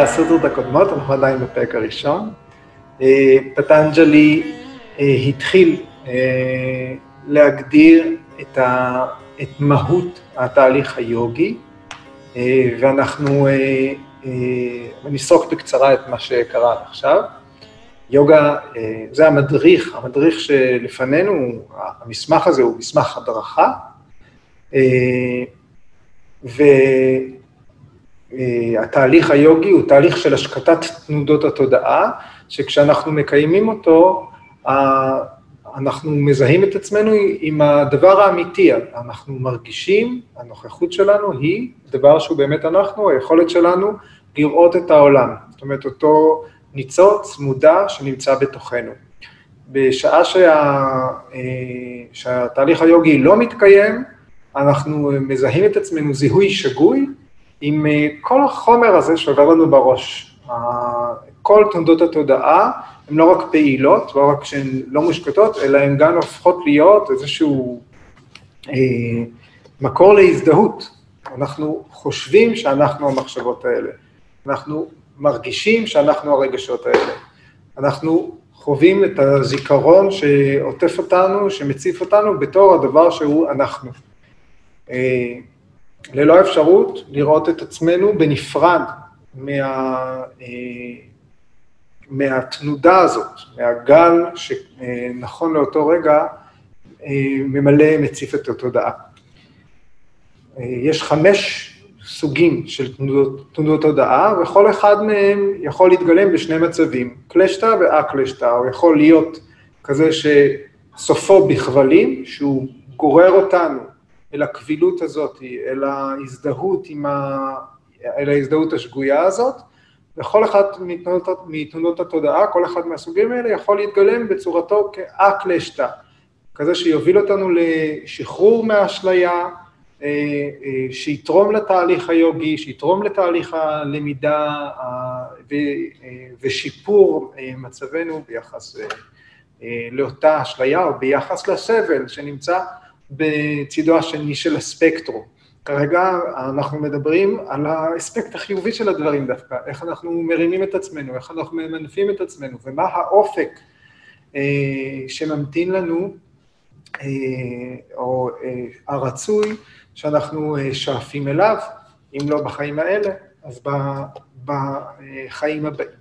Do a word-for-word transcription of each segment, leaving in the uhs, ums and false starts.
הסוטרות הקודמות, אנחנו עדיין בפרק הראשון. פטנג'לי התחיל להגדיר את, ה, את מהות התהליך היוגי, ואנחנו נסרוק בקצרה את מה שקרה עד עכשיו. יוגה, זה המדריך, המדריך שלפנינו, המסמך הזה הוא מסמך הדרכה, והתהליך היוגי הוא תהליך של השקטת תנודות התודעה, שכשאנחנו מקיימים אותו, אנחנו מזהים את עצמנו עם הדבר האמיתי, אנחנו מרגישים, הנוכחות שלנו היא דבר שהוא באמת אנחנו, היכולת שלנו לראות את העולם, זאת אומרת אותו ניצוץ מודע שנמצא בתוכנו. בשעה שה, שהתהליך היוגי לא מתקיים, אנחנו מזהים את עצמנו זיהוי שגוי עם כל החומר הזה שעובר לנו בראש. כל תנודות התודעה הן לא רק פעילות, לא רק שהן לא מושקטות, אלא הן גם הופכות להיות איזשהו אה, מקור להזדהות. אנחנו חושבים שאנחנו המחשבות האלה, אנחנו מרגישים שאנחנו הרגשות האלה, אנחנו חווים את הזיכרון שעוטף אותנו, שמציף אותנו בתור הדבר שהוא אנחנו. אה, ללא אפשרות לראות את עצמנו בנפרד מה, מהתנודה הזאת, מהגל שנכון לאותו רגע ממלא מציף את התודעה. יש חמש סוגים של תנודות, תנודות תודעה, וכל אחד מהם יכול להתגלם בשני מצבים, קלשטה ואקלשטה, הוא יכול להיות כזה שסופו בכבלים, שהוא גורר אותנו אל הקבילות הזאת, אל ההזדהות עם ה... אל ההזדהות השגויה הזאת, וכל אחד מתנודות, מתנודות התודעה, כל אחד מהסוגים האלה יכול להתגלם בצורתו כאקלשטה, כזה שיוביל אותנו לשחרור מהאשליה, שיתרום לתהליך היוגי, שיתרום לתהליך הלמידה ושיפור מצבנו ביחס לאותה אשליה, או ביחס לסבל שנמצא בצידו השני של הספקטרום. כרגע אנחנו מדברים על האספקט החיובי של הדברים דווקא, איך אנחנו מרימים את עצמנו, איך אנחנו ממנפים את עצמנו, ומה האופק אה, שממתין לנו, אה, או אה, הרצוי שאנחנו אה, שואפים אליו, אם לא בחיים האלה, אז בחיים הבאים.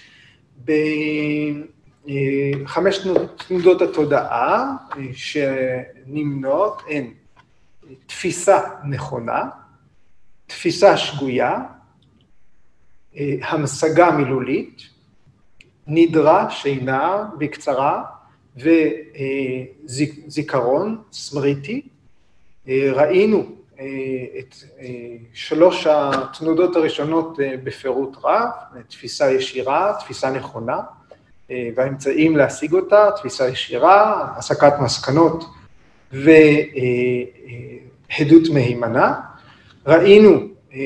בחמש תנודות התודעה שנמנות הן תפיסה נכונה, תפיסה שגויה, המשגה מילולית, נדרה, שינה בקצרה, וזיכרון, סמריטי. ראינו את שלוש התנודות הראשונות בפירוט רב, תפיסה ישירה, תפיסה נכונה, והאמצעים להשיג אותה, תפיסה ישירה, הסקת מסקנות, והדות מהימנה. ראינו,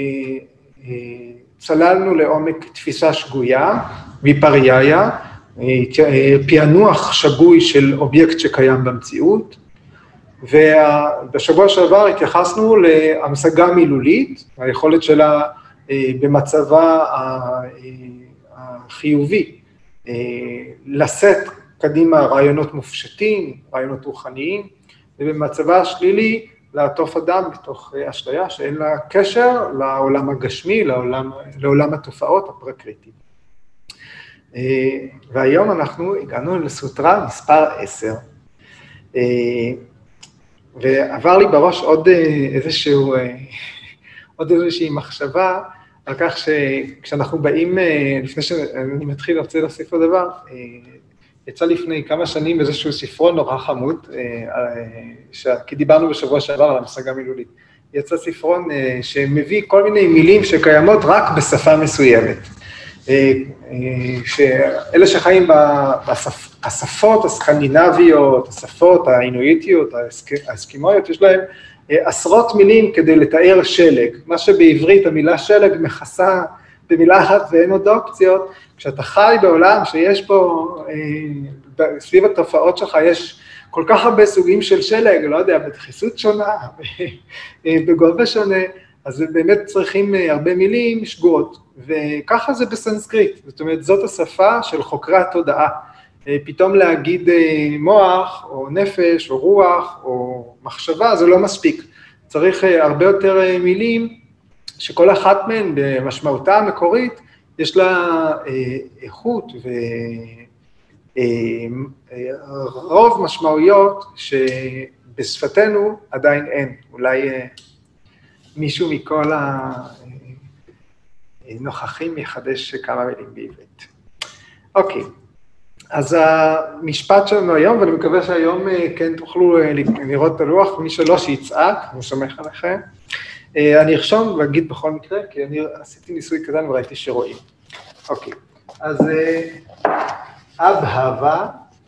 צללנו לעומק תפיסה שגויה, ויפרייה, פענוח שגוי של אובייקט שקיים במציאות, ובשבוע שעבר התייחסנו להמשגה מילולית, היכולת שלה במצבה החיובי, לשאת קדימה רעיונות מופשטים, רעיונות רוחניים, ובמצבה השלילי לעטוף אדם בתוך אשליה שאין לה קשר לעולם הגשמי, לעולם, לעולם התופעות הפרקריטיים. והיום אנחנו הגענו לסוטרה מספר עשר, ועבר לי בראש עוד איזשהו, עוד איזושהי מחשבה על כך שכשאנחנו באים, לפני שאני מתחיל רוצה להוסיף עוד דבר, יצא לפני כמה שנים איזשהו ספרון נורא חמוד, כי דיברנו בשבוע שעבר על המשגה מילולית. יצא ספרון שמביא כל מיני מילים שקיימות רק בשפה מסוימת. שאלה שחיים בשפות הסקנדינביות, השפות האינואיטיות, האסקימואיות, יש להם עשרות מילים כדי לתאר שלג. מה שבעברית המילה שלג מכסה במילה אחת ואין עוד אופציות, כשאתה חי בעולם שיש פה, סביב התופעות שלך יש כל כך הרבה סוגים של שלג, לא יודע, בדחיסות שונה, בגובה שונה, אז באמת צריכים הרבה מילים שגורות, וככה זה בסנסקריט, זאת אומרת, זאת השפה של חוקרי התודעה. פתאום להגיד מוח, או נפש, או רוח, או מחשבה, זה לא מספיק. צריך הרבה יותר מילים, שכל אחת מהן במשמעותה המקורית, יש לה איכות ורוב משמעויות שבשפתנו עדיין אין. אולי מישהו מכל הנוכחים יחדש כמה מילים בעברית. אוקיי, אז המשפט שלנו היום, ואני מקווה שהיום כן תוכלו לראות את הלוח, מי שלא שיצעק, אני סומך עליכם. אני ארשום ואגיד בכל מקרה, כי אני עשיתי ניסוי קטן וראיתי שרואים. אוקיי, אז אבהבה,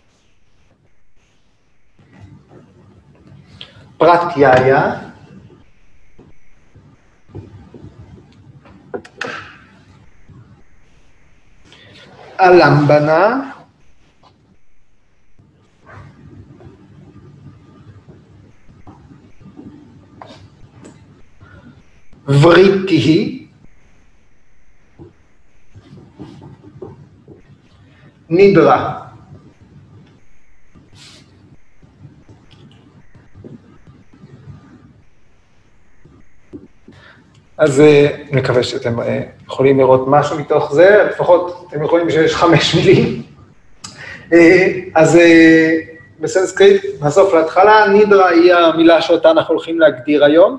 פרטייה, אלמבנה, וריטי, נידרה. אז אני מקווה שאתם יכולים לראות משהו מתוך זה, לפחות אתם יכולים שיש חמש מילים. אז בסנסקריט, בסוף להתחלה, נידרה היא המילה שאותה אנחנו הולכים להגדיר היום.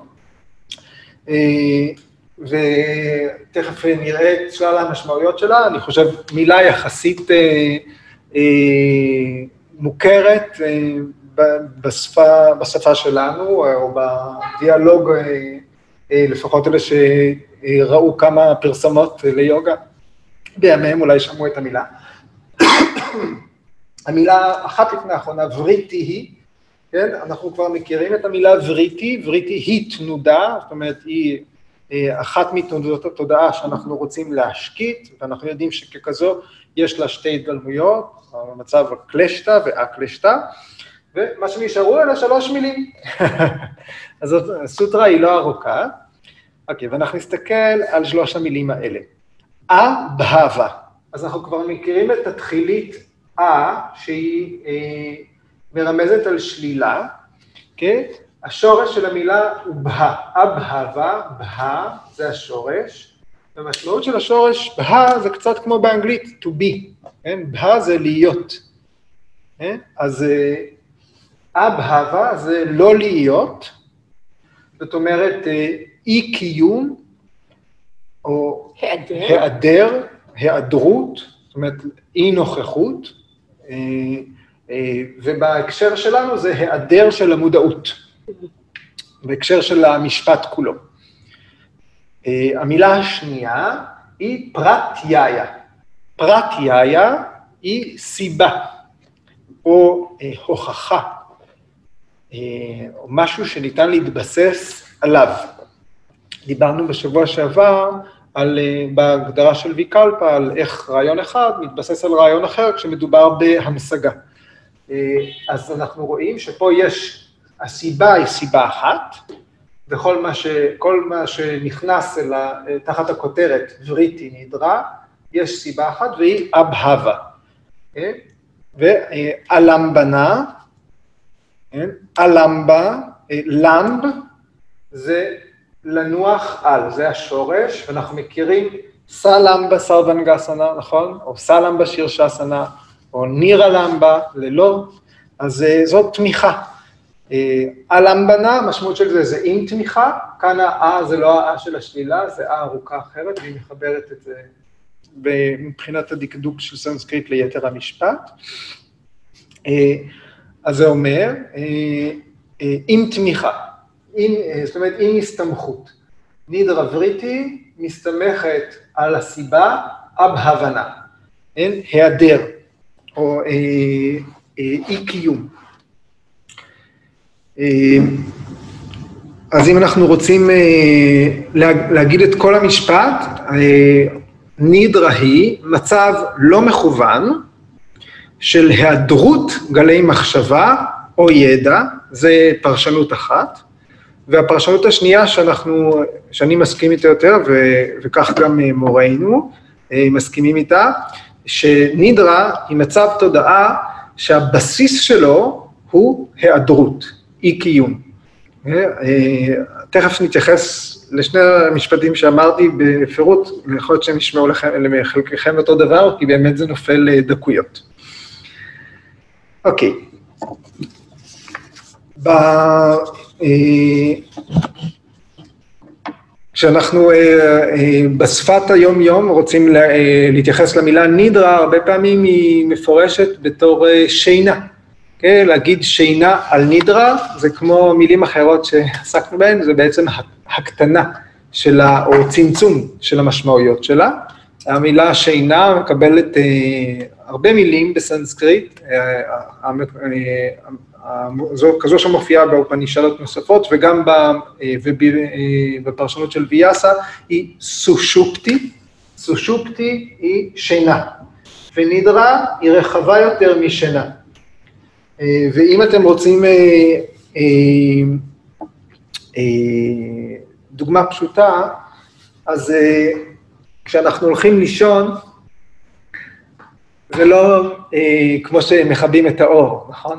ותכף נראה את שלל המשמעויות שלה, אני חושב מילה יחסית מוכרת בשפה, בשפה שלנו, או בדיאלוג, לפחות אלה שראו כמה פרסומות ליוגה, בימיהם אולי שמעו את המילה. המילה אחת לפני האחרונה, וריטי היא, כן? אנחנו כבר מכירים את המילה וריטי, וריטי היא תנודה, זאת אומרת היא אחת מתנודות התודעה שאנחנו רוצים להשקיט, ואנחנו יודעים שככזו יש לה שתי התגלמויות, המצב הקלשטה והקלשטה, ומה שנשארו אלה שלוש מילים. אז הסוטרה היא לא ארוכה, אוקיי, ואנחנו נסתכל על שלוש המילים האלה. אבהבה, אז אנחנו כבר מכירים את התחילית אה, שהיא אה, מרמזת על שלילה, כן? השורש של המילה הוא בה, אבהבה, בה, זה השורש, והמשמעות של השורש בה זה קצת כמו באנגלית, to be, כן? בה זה להיות, כן? אז אבהבה זה לא להיות, זאת אומרת אי קיום, או היעדר, היעדר, היעדרות, זאת אומרת אי נוכחות, ובהקשר שלנו זה היעדר של המודעות, בהקשר של המשפט כולו. המילה השנייה היא פרטייה. פרטייה היא סיבה, או הוכחה, או משהו שניתן להתבסס עליו. דיברנו בשבוע שעבר על, בהגדרה של ויקלפה, על איך רעיון אחד מתבסס על רעיון אחר כשמדובר בהמשגה. אז אנחנו רואים שפה יש, הסיבה היא סיבה אחת, וכל מה, ש, כל מה שנכנס אלה, תחת הכותרת וריטי נידרה, יש סיבה אחת והיא אבהבה. ואלמבנה, אלמבה, למב, זה לנוח על, זה השורש, ואנחנו מכירים סלמבה סרבנגסנה, נכון? או סלמבה שירשסנה, או נירה למבה, ללא, אז זאת תמיכה. אלמבנה, המשמעות של זה זה עם תמיכה, כאן האה זה לא האה של השלילה, זה האה ארוכה אחרת, והיא מחברת את זה מבחינת הדקדוק של סנסקריט ליתר המשפט. אז זה אומר, עם תמיכה, עם, זאת אומרת, עם הסתמכות. נידרה וריטי מסתמכת על הסיבה, אבהבנה, היעדר, או אי קיום. אז אם אנחנו רוצים להגיד את כל המשפט, נידרה היא מצב לא מכוון של היעדרות גלי מחשבה או ידע, זה פרשנות אחת, והפרשנות השנייה שאנחנו, שאני מסכים איתה יותר, ו, וכך גם מוראינו, מסכימים איתה, שנידרה היא מצב תודעה שהבסיס שלו הוא היעדרות, אי קיום. תכף נתייחס לשני המשפטים שאמרתי בפירוט, יכול להיות שהם ישמעו לחלקכם אותו דבר, כי באמת זה נופל דקויות. אוקיי. ב... כשאנחנו בשפת היום-יום רוצים להתייחס למילה נידרה, הרבה פעמים היא מפורשת בתור שינה. להגיד שינה על נידרה, זה כמו מילים אחרות שעסקנו בהן, זה בעצם הקטנה שלה, או צמצום של המשמעויות שלה. המילה שינה מקבלת הרבה מילים בסנסקריט, זו כזו שמופיעה באופנישדות נוספות, וגם בפרשנות של ויאסה, היא סושופטי, סושופטי היא שינה, ונידרה היא רחבה יותר משנה. ואם אתם רוצים דוגמה פשוטה, אז כשאנחנו הולכים לישון, זה לא כמו שמכבים את האור, נכון?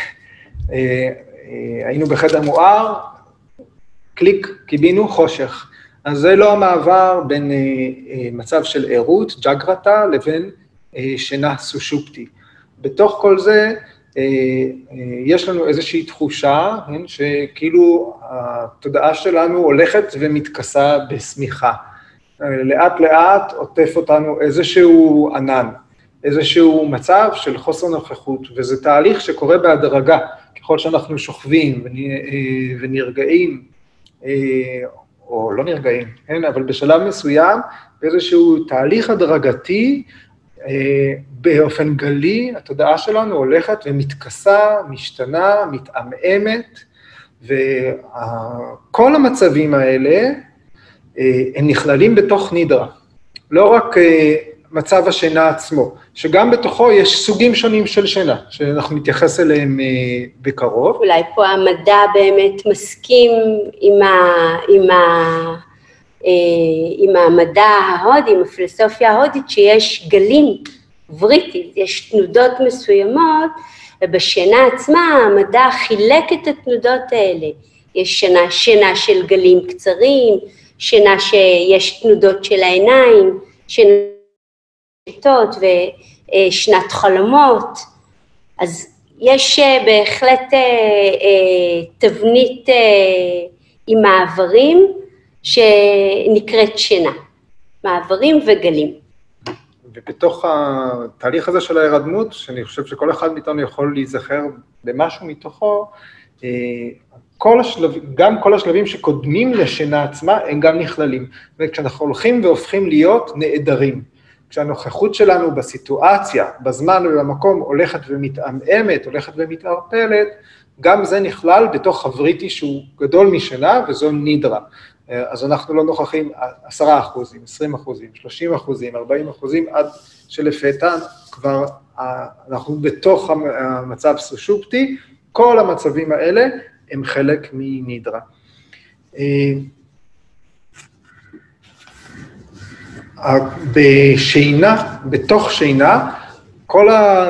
היינו בחדר מואר, קליק, קיבינו, חושך. אז זה לא המעבר בין מצב של עירות, ג'גרתה, לבין שינה סושופטי. בתוך כל זה, יש לנו איזושהי תחושה, שכאילו התודעה שלנו הולכת ומתכסה בסמיכה. לאט לאט עוטף אותנו איזשהו ענן, איזשהו מצב של חוסר נוכחות, וזה תהליך שקורה בהדרגה, ככל שאנחנו שוכבים ונרגעים, או לא נרגעים, אבל בשלב מסוים, באיזשהו תהליך הדרגתי, באופן גלי, התודעה שלנו הולכת ומתכסה, משתנה, מתעמעמת, וכל המצבים האלה, הם נכללים בתוך נידרה. לא רק מצב השינה עצמו, שגם בתוכו יש סוגים שונים של שינה, שאנחנו נתייחס אליהם בקרוב. אולי פה המדע באמת מסכים עם ה... עם ה... עם המדע ההודי, עם הפילוסופיה ההודית, שיש גלים וריטית, יש תנודות מסוימות, ובשינה עצמה המדע חילק את התנודות האלה. יש שינה, שינה של גלים קצרים, שינה שיש תנודות של העיניים, שינה שתות ושנת חלומות. אז יש בהחלט תבנית עם מעברים, שנקראת שינה, מעברים וגלים. ובתוך התהליך הזה של ההירדמות, שאני חושב שכל אחד מאיתנו יכול להיזכר במשהו מתוכו, כל השלב, גם כל השלבים שקודמים לשינה עצמה, הם גם נכללים. וכשאנחנו הולכים והופכים להיות נעדרים, כשהנוכחות שלנו בסיטואציה, בזמן ובמקום, הולכת ומתעמעמת, הולכת ומתערפלת, גם זה נכלל בתוך הווריטי שהוא גדול משינה, וזו נידרה. אז אנחנו לא נוכחים עשרה אחוזים, עשרים אחוזים, שלושים אחוזים, ארבעים אחוזים, עד שלפתע כבר אנחנו בתוך המצב סושופטי, כל המצבים האלה הם חלק מנידרה. בשינה, בתוך שינה, כל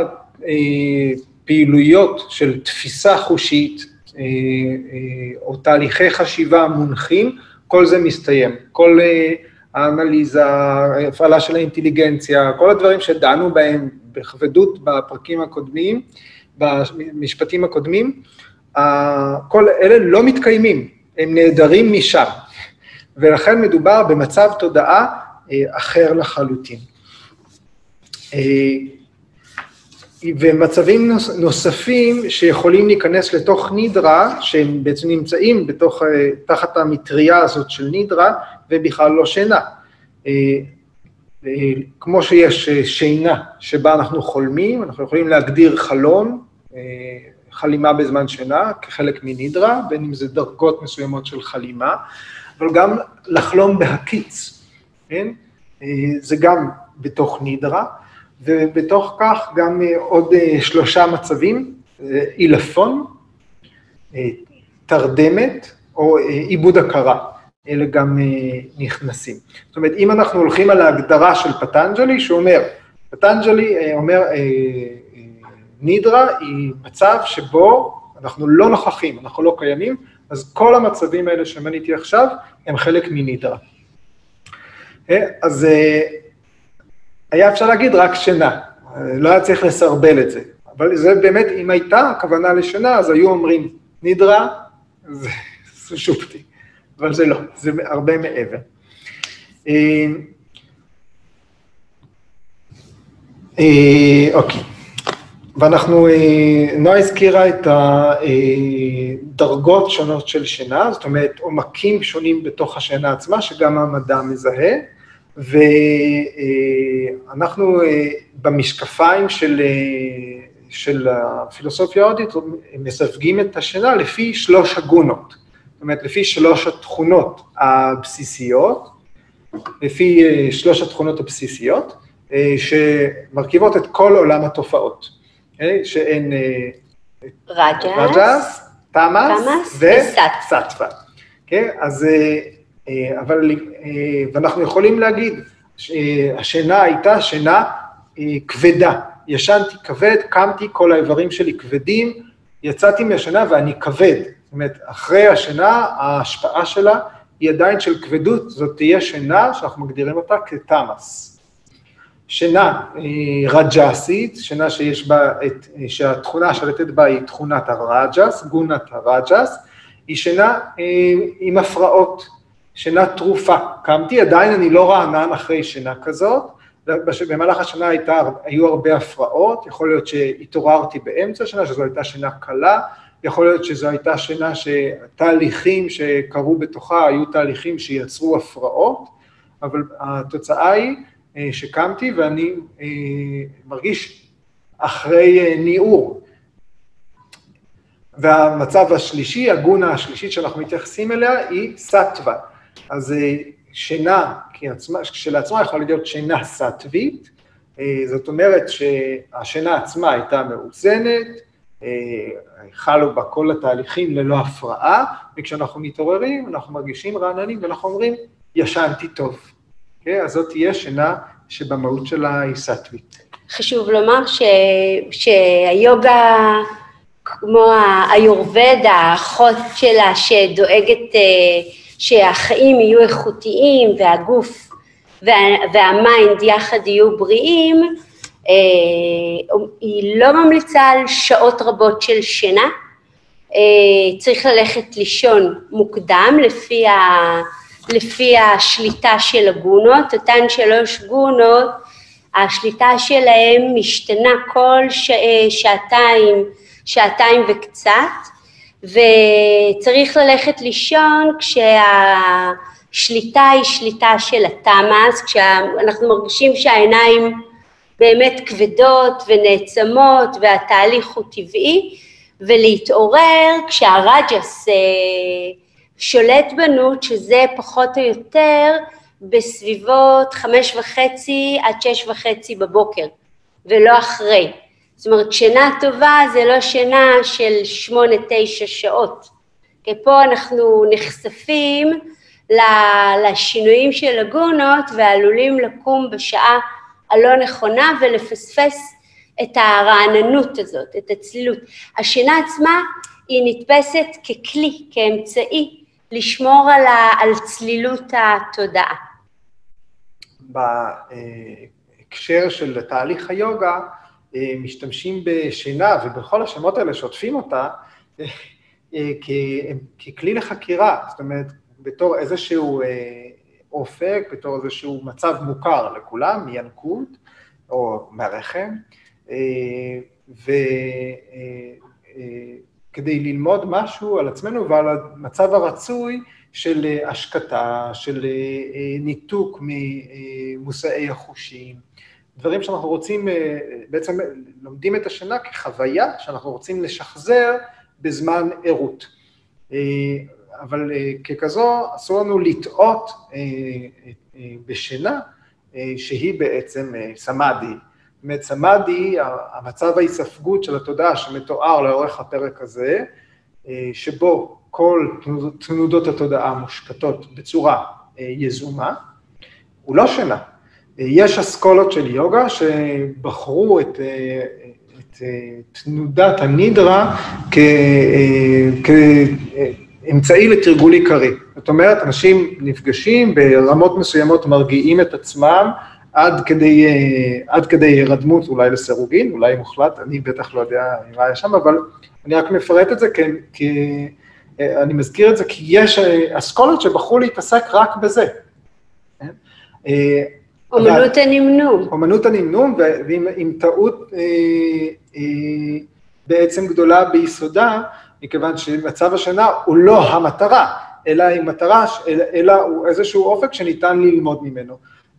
הפעילויות של תפיסה חושית, או תהליכי חשיבה מונחים, כל זה מסתיים, כל האנליזה, הפעלה של האינטליגנציה, כל הדברים שדנו בהם בכבדות בפרקים הקודמים, במשפטים הקודמים, כל אלה לא מתקיימים, הם נעדרים משם, ולכן מדובר במצב תודעה אחר לחלוטין. ומצבים נוספים שיכולים להיכנס לתוך נידרה, שהם בעצם נמצאים בתוך, תחת המטריה הזאת של נידרה, ובכלל לא שינה. כמו שיש שינה שבה אנחנו חולמים, אנחנו יכולים להגדיר חלום, חלימה בזמן שינה, כחלק מנידרה, בין אם זה דרגות מסוימות של חלימה, אבל גם לחלום בהקיץ, כן? זה גם בתוך נידרה, ובתוך כך גם עוד שלושה מצבים, אילפון, תרדמת, או עיבוד הכרה, אלה גם נכנסים. זאת אומרת, אם אנחנו הולכים על ההגדרה של פטנג'לי, שאומר, פטנג'לי אומר, נידרה היא מצב שבו אנחנו לא נוכחים, אנחנו לא קיימים, אז כל המצבים האלה שמניתי עכשיו, הם חלק מנידרה. אז היה אפשר להגיד רק שינה, לא היה צריך לסרבל את זה, אבל זה באמת, אם הייתה הכוונה לשינה, אז היו אומרים, נידרה, זה סושופטי, אבל זה לא, זה הרבה מעבר. אוקיי, ואנחנו, נועה הזכירה את הדרגות שונות של שינה, זאת אומרת, עומקים שונים בתוך השינה עצמה, שגם המדע מזהה, ואנחנו במשקפיים של, של הפילוסופיה ההודית, מסווגים את השינה לפי שלוש הגונות, זאת אומרת, לפי שלוש התכונות הבסיסיות, לפי שלוש התכונות הבסיסיות, שמרכיבות את כל עולם התופעות, שהן רג'ס, תמאס וסטווה. אז, אבל, ואנחנו יכולים להגיד, השינה הייתה שינה כבדה, ישנתי כבד, קמתי, כל האיברים שלי כבדים, יצאתי מהשינה ואני כבד, זאת אומרת, אחרי השינה, ההשפעה שלה היא עדיין של כבדות, זאת תהיה שינה שאנחנו מגדירים אותה כתמאס. שינה רג'סית, שינה שיש בה, את, שהתכונה השלטת בה היא תכונת הרג'ס, גונת הרג'ס, היא שינה עם הפרעות, שינה תרופה. קמתי, עדיין אני לא רענן אחרי שינה כזאת, במהלך השנה הייתה, היו הרבה הפרעות, יכול להיות שהתעוררתי באמצע השנה, שזו הייתה שינה קלה, יכול להיות שזו הייתה שינה שתהליכים שקרו בתוכה, היו תהליכים שיצרו הפרעות, אבל התוצאה היא, שקמתי ואני מרגיש אחרי ניעור. והמצב השלישי, הגונה השלישית שאנחנו מתייחסים אליה, היא סטווה. אז שינה כשלעצמה יכולה להיות שינה סטווית, זאת אומרת שהשינה עצמה הייתה מאוזנת, חלו בה כל התהליכים ללא הפרעה, וכשאנחנו מתעוררים, אנחנו מרגישים רעננים ואנחנו אומרים, ישנתי טוב. אז זאת תהיה שינה שבמהות שלה היא סטווית. חשוב לומר ש... שהיוגה, כמו היורבדה, האחות שלה שדואגת שהחיים יהיו איכותיים והגוף וה... והמיינד יחד יהיו בריאים, היא לא ממליצה על שעות רבות של שינה, צריך ללכת לישון מוקדם לפי ה... לפי השליטה של הגונות, אותן שלוש גונות, השליטה שלהם משתנה כל ש... שעתיים, שעתיים וקצת, וצריך ללכת לישון כשהשליטה היא שליטה של התמאס, כשאנחנו מרגישים שהעיניים באמת כבדות ונעצמות והתהליך הוא טבעי, ולהתעורר כשהרג'ס שולט בנו, שזה פחות או יותר בסביבות חמש וחצי עד שש וחצי בבוקר, ולא אחרי. זאת אומרת, שינה טובה זה לא שינה של שמונה, תשע שעות. כי פה אנחנו נחשפים לשינויים של הגונות, ועלולים לקום בשעה הלא נכונה, ולפספס את הרעננות הזאת, את הצלילות. השינה עצמה היא נתפסת ככלי, כאמצעי, לשמור על, ה, על צלילות התודעה. בהקשר של תהליך היוגה, משתמשים בשינה, ובכל השמות האלה שוטפים אותה, ככלי לחקירה, זאת אומרת, בתור איזשהו אופק, בתור איזשהו מצב מוכר לכולם, מינקות או מהרחם, ו... כדי ללמוד משהו על עצמנו ועל המצב הרצוי של השקטה, של ניתוק ממושאי החושים, דברים שאנחנו רוצים, בעצם לומדים את השינה כחוויה שאנחנו רוצים לשחזר בזמן ערות. אבל ככזו אסור לנו לטעות בשינה שהיא בעצם סמאדי. זאת אומרת, סמאדי, המצב ההיספגות של התודעה שמתואר לאורך הפרק הזה, שבו כל תנודות התודעה מושקטות בצורה יזומה, הוא לא שינה. יש אסכולות של יוגה שבחרו את, את תנודת הנידרה כאמצעי לתרגול עיקרי. זאת אומרת, אנשים נפגשים ברמות מסוימות, מרגיעים את עצמם, עד כדי, עד כדי הרדמות אולי לסירוגין, אולי מוחלט, אני בטח לא יודע מה היה שם, אבל אני רק מפרט את זה, כי, כי אני מזכיר את זה, כי יש אסכולות שבחרו להתעסק רק בזה. אומנות הנמנום. אומנות הנמנום, ועם טעות בעצם גדולה ביסודה, מכיוון שמצב השינה הוא לא המטרה, אלא היא מטרה, אלא הוא איזשהו אופק שניתן ללמוד ממנו.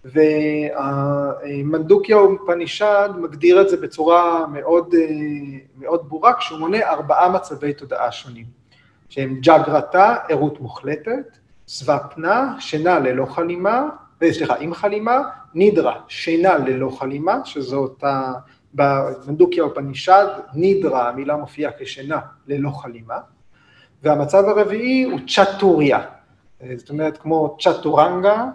ומנדוקיה אופנישד מגדיר את זה בצורה מאוד, מאוד ברורה, כשהוא מונה ארבעה מצבי תודעה שונים, שהם ג'אגרתה, ערות מוחלטת, סוואפנה, שינה ללא חלימה, סליחה, עם חלימה, נידרה, שינה ללא חלימה, שזאת במנדוקיה אופנישד, נידרה, המילה מופיעה כשינה ללא חלימה, והמצב הרביעי הוא צ'טוריה, זאת אומרת כמו צ'טורנגה,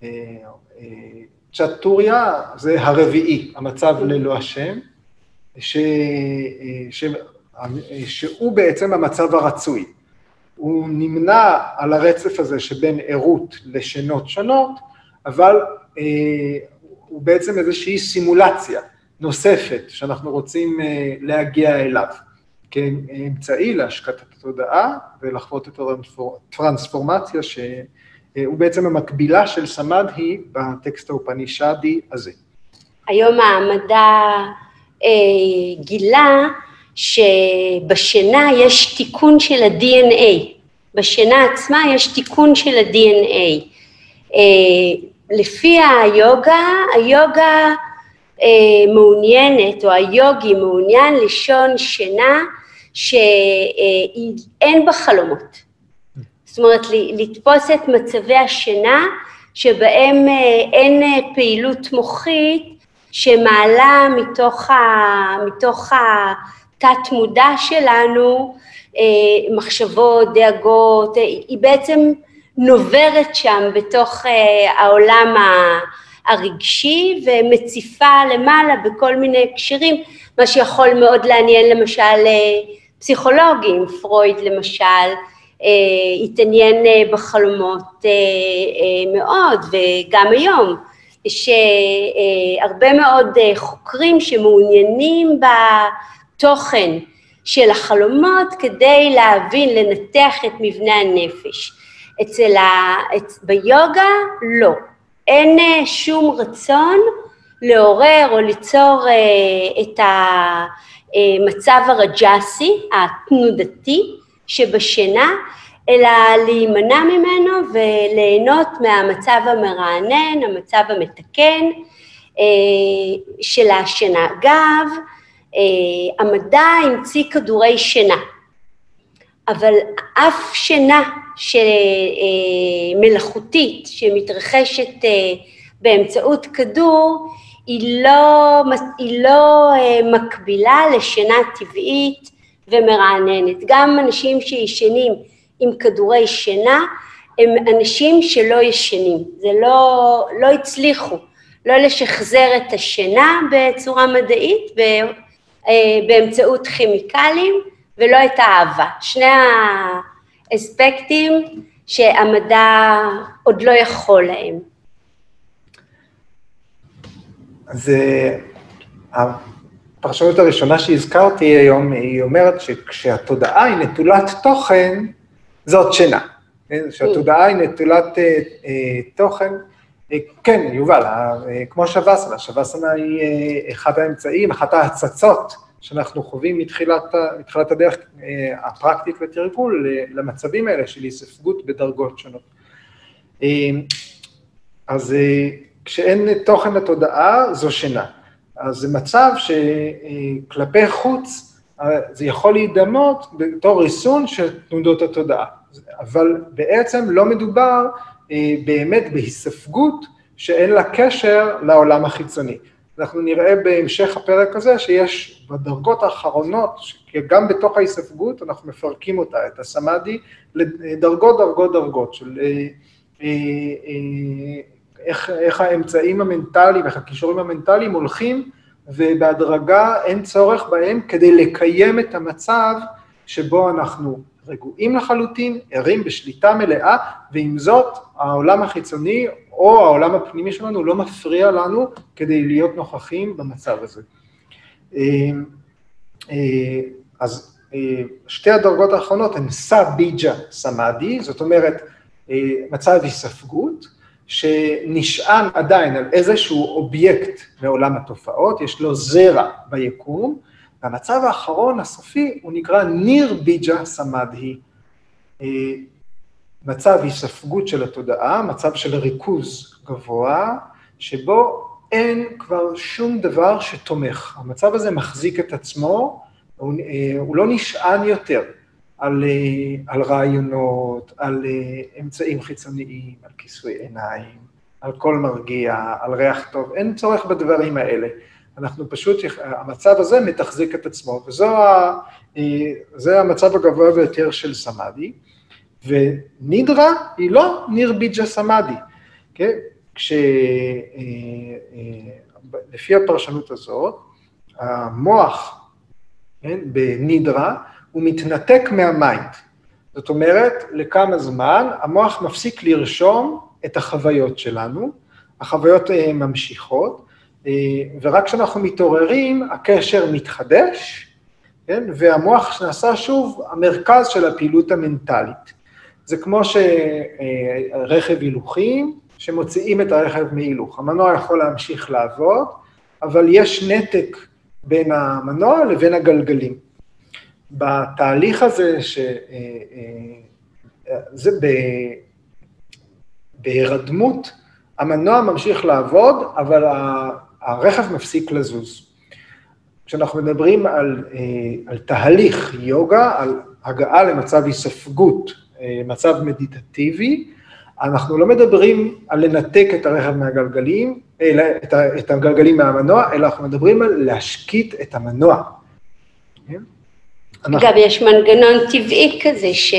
צ'טוריה זה הרביעי, המצב ללא השם, ש... ש... שהוא בעצם המצב הרצוי. הוא נמנע על הרצף הזה שבין ערות לשינות שונות, אבל אה, הוא בעצם איזושהי סימולציה נוספת שאנחנו רוצים אה, להגיע אליו, כאמצעי להשקטת התודעה ולחוות את הטרנספורמציה ש... הוא בעצם המקבילה של סמדהי בטקסט האופנישדי הזה. היום המדע אה, גילה שבשינה יש תיקון של ה-די אן איי, בשינה עצמה יש תיקון של ה-די אן איי. אה, לפי היוגה, היוגה אה, מעוניינת, או היוגי מעוניין לישון שינה שאין בה חלומות. זאת אומרת, לתפוס את מצבי השינה שבהם אין פעילות מוחית שמעלה מתוך, ה, מתוך התת מודע שלנו מחשבות, דאגות, היא בעצם נוברת שם בתוך העולם הרגשי ומציפה למעלה בכל מיני הקשרים, מה שיכול מאוד לעניין למשל פסיכולוגים, פרויד למשל, התעניין בחלומות מאוד, וגם היום יש הרבה מאוד חוקרים שמעוניינים בתוכן של החלומות כדי להבין, לנתח את מבנה הנפש. אצל ה... ביוגה לא, אין שום רצון לעורר או ליצור את המצב הרג'סי, התנודתי, שבשינה, אלא להימנע ממנו וליהנות מהמצב המרענן, המצב המתקן של השינה. אגב, המדע המציא כדורי שינה, אבל אף שינה מלאכותית שמתרחשת באמצעות כדור, היא לא, היא לא מקבילה לשינה טבעית ומרעננת. גם אנשים שישנים עם כדורי שינה, הם אנשים שלא ישנים. זה לא, לא הצליחו, לא לשחזר את השינה בצורה מדעית, באמצעות כימיקלים, ולא את האהבה. שני האספקטים שהמדע עוד לא יכול להם. אז הפרשנות הראשונה שהזכרתי היום, היא אומרת שכשהתודעה היא נטולת תוכן, זאת שינה. כשהתודעה היא נטולת תוכן, כן, יובל, כמו שווסנה, שווסנה היא אחד האמצעים, אחת ההצצות שאנחנו חווים מתחילת, מתחילת הדרך הפרקטית לתרגול למצבים האלה של הספגות בדרגות שונות. אז כשאין תוכן לתודעה, זו שינה. אז זה מצב שכלפי חוץ, זה יכול להידמות בתור ריסון של תנודות התודעה. אבל בעצם לא מדובר באמת בהספגות שאין לה קשר לעולם החיצוני. אנחנו נראה בהמשך הפרק הזה שיש בדרגות האחרונות, גם בתוך ההיספגות, אנחנו מפרקים אותה, את הסמאדי, לדרגות, דרגות, דרגות, של איך, איך האמצעים המנטליים, איך הכישורים המנטליים הולכים, ובהדרגה אין צורך בהם כדי לקיים את המצב שבו אנחנו רגועים לחלוטין, ערים בשליטה מלאה, ועם זאת העולם החיצוני או העולם הפנימי שלנו לא מפריע לנו כדי להיות נוכחים במצב הזה. אז שתי הדרגות האחרונות הן סביג'ה סמאדי, זאת אומרת מצב היספגות, שנשען עדיין על איזשהו אובייקט מעולם התופעות, יש לו זרע ביקום, והמצב האחרון, הסופי, הוא נקרא נירביג'ה סמאדי, מצב היספגות של התודעה, מצב של ריכוז גבוה, שבו אין כבר שום דבר שתומך. המצב הזה מחזיק את עצמו, הוא, הוא לא נשען יותר על, על רעיונות, על אמצעים חיצוניים, על כיסוי עיניים, על כל מרגיע, על ריח טוב, אין צורך בדברים האלה. אנחנו פשוט, המצב הזה מתחזיק את עצמו, וזה המצב הגבוה ביותר של סמאדי, ונידרה היא לא נירביג'ה סמאדי, כן? כשלפי הפרשנות הזאת, המוח, כן, בנידרה, הוא מתנתק מהמיינד. זאת אומרת, לכמה זמן המוח מפסיק לרשום את החוויות שלנו, החוויות ממשיכות, ורק כשאנחנו מתעוררים, הקשר מתחדש, כן? והמוח נעשה שוב המרכז של הפעילות המנטלית. זה כמו שרכב הילוכים, שמוציאים את הרכב מהילוך. המנוע יכול להמשיך לעבוד, אבל יש נתק בין המנוע לבין הגלגלים. בתהליך הזה, זה בהירדמות, המנוע ממשיך לעבוד, אבל הרכב מפסיק לזוז. כשאנחנו מדברים על, על תהליך יוגה, על הגעה למצב היספגות, מצב מדיטטיבי, אנחנו לא מדברים על לנתק את הרכב מהגלגלים, אלא את, את הגלגלים מהמנוע, אלא אנחנו מדברים על להשקיט את המנוע. אנחנו... אגב, יש מנגנון טבעי כזה ש...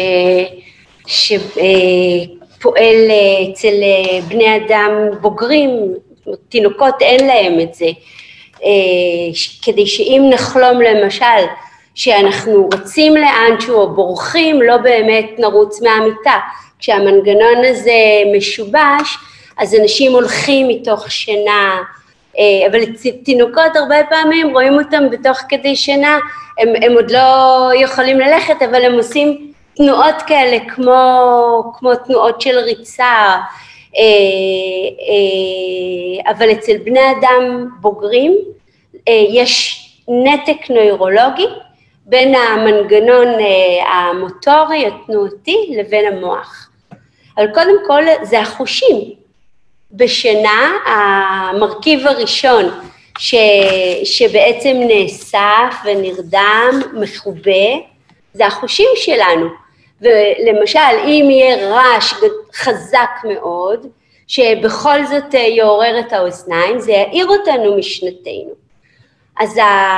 שפועל אצל בני אדם בוגרים, תינוקות אין להם את זה, כדי שאם נחלום למשל, שאנחנו רצים לאנשהו או בורחים, לא באמת נרוץ מהמיטה. כשהמנגנון הזה משובש, אז אנשים הולכים מתוך שינה, אבל תינוקות הרבה פעמים רואים אותם בתוך כדי שינה, הם, הם עוד לא יכולים ללכת, אבל הם עושים תנועות כאלה כמו, כמו תנועות של ריצה, אבל אצל בני אדם בוגרים יש נתק נוירולוגי, בין המנגנון המוטורי, התנועתי, לבין המוח. אבל קודם כל זה החושים. בשינה, המרכיב הראשון ש, שבעצם נאסף ונרדם, מחובה, זה החושים שלנו. ולמשל, אם יהיה רעש חזק מאוד, שבכל זאת יעורר את האוזניים, זה יעיר אותנו משנתנו. אז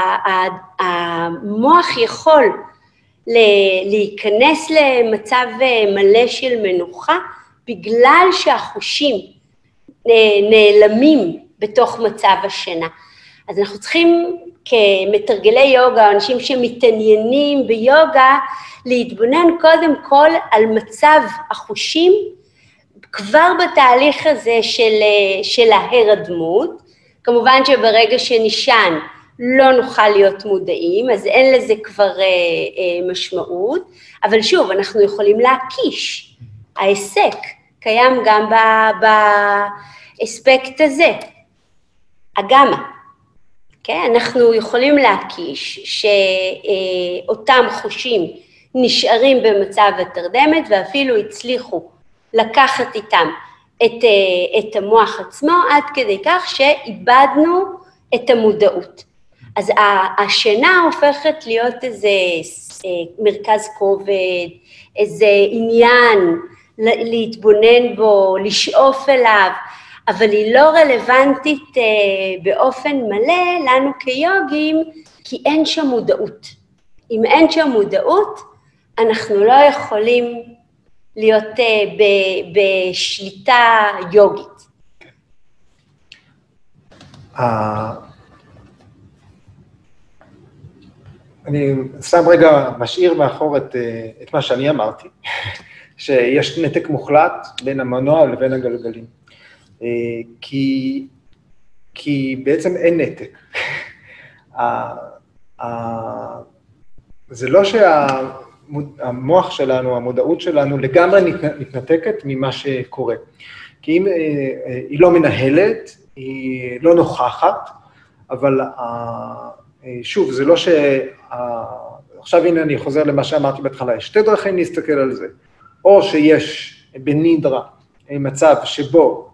המוח יכול להיכנס למצב מלא של מנוחה, בגלל שהחושים נעלמים בתוך מצב השינה. אז אנחנו צריכים כמתרגלי יוגה, אנשים שמתעניינים ביוגה, להתבונן קודם כל על מצב החושים, כבר בתהליך הזה של, של ההרדמות, כמובן שברגע שנשען, לא נוכל להיות מודעים, אז אין לזה כבר אה, אה, משמעות, אבל שוב, אנחנו יכולים להקיש, ההיסק קיים גם באספקט הזה, הגמה, כן? אנחנו יכולים להקיש שאותם חושים נשארים במצב התרדמת, ואפילו הצליחו לקחת איתם את, את המוח עצמו, עד כדי כך שאיבדנו את המודעות. אז השינה הופכת להיות איזה מרכז כובד, איזה עניין להתבונן בו, לשאוף אליו, אבל היא לא רלוונטית אה, באופן מלא לנו כיוגים, כי אין שם מודעות. אם אין שם מודעות, אנחנו לא יכולים להיות אה, ב, בשליטה יוגית. אני שם רגע משאיר מאחור את, את מה שאני אמרתי, שיש נתק מוחלט בין המנוע לבין הגלגלים. כי, כי בעצם אין נתק. זה לא שהמוח שלנו, המודעות שלנו לגמרי מתנתקת ממה שקורה. כי אם היא לא מנהלת, היא לא נוכחת, אבל שוב, זה לא ש... עכשיו הנה אני חוזר למה שאמרתי בהתחלה, יש שתי דרכים להסתכל על זה, או שיש בנידרה מצב שבו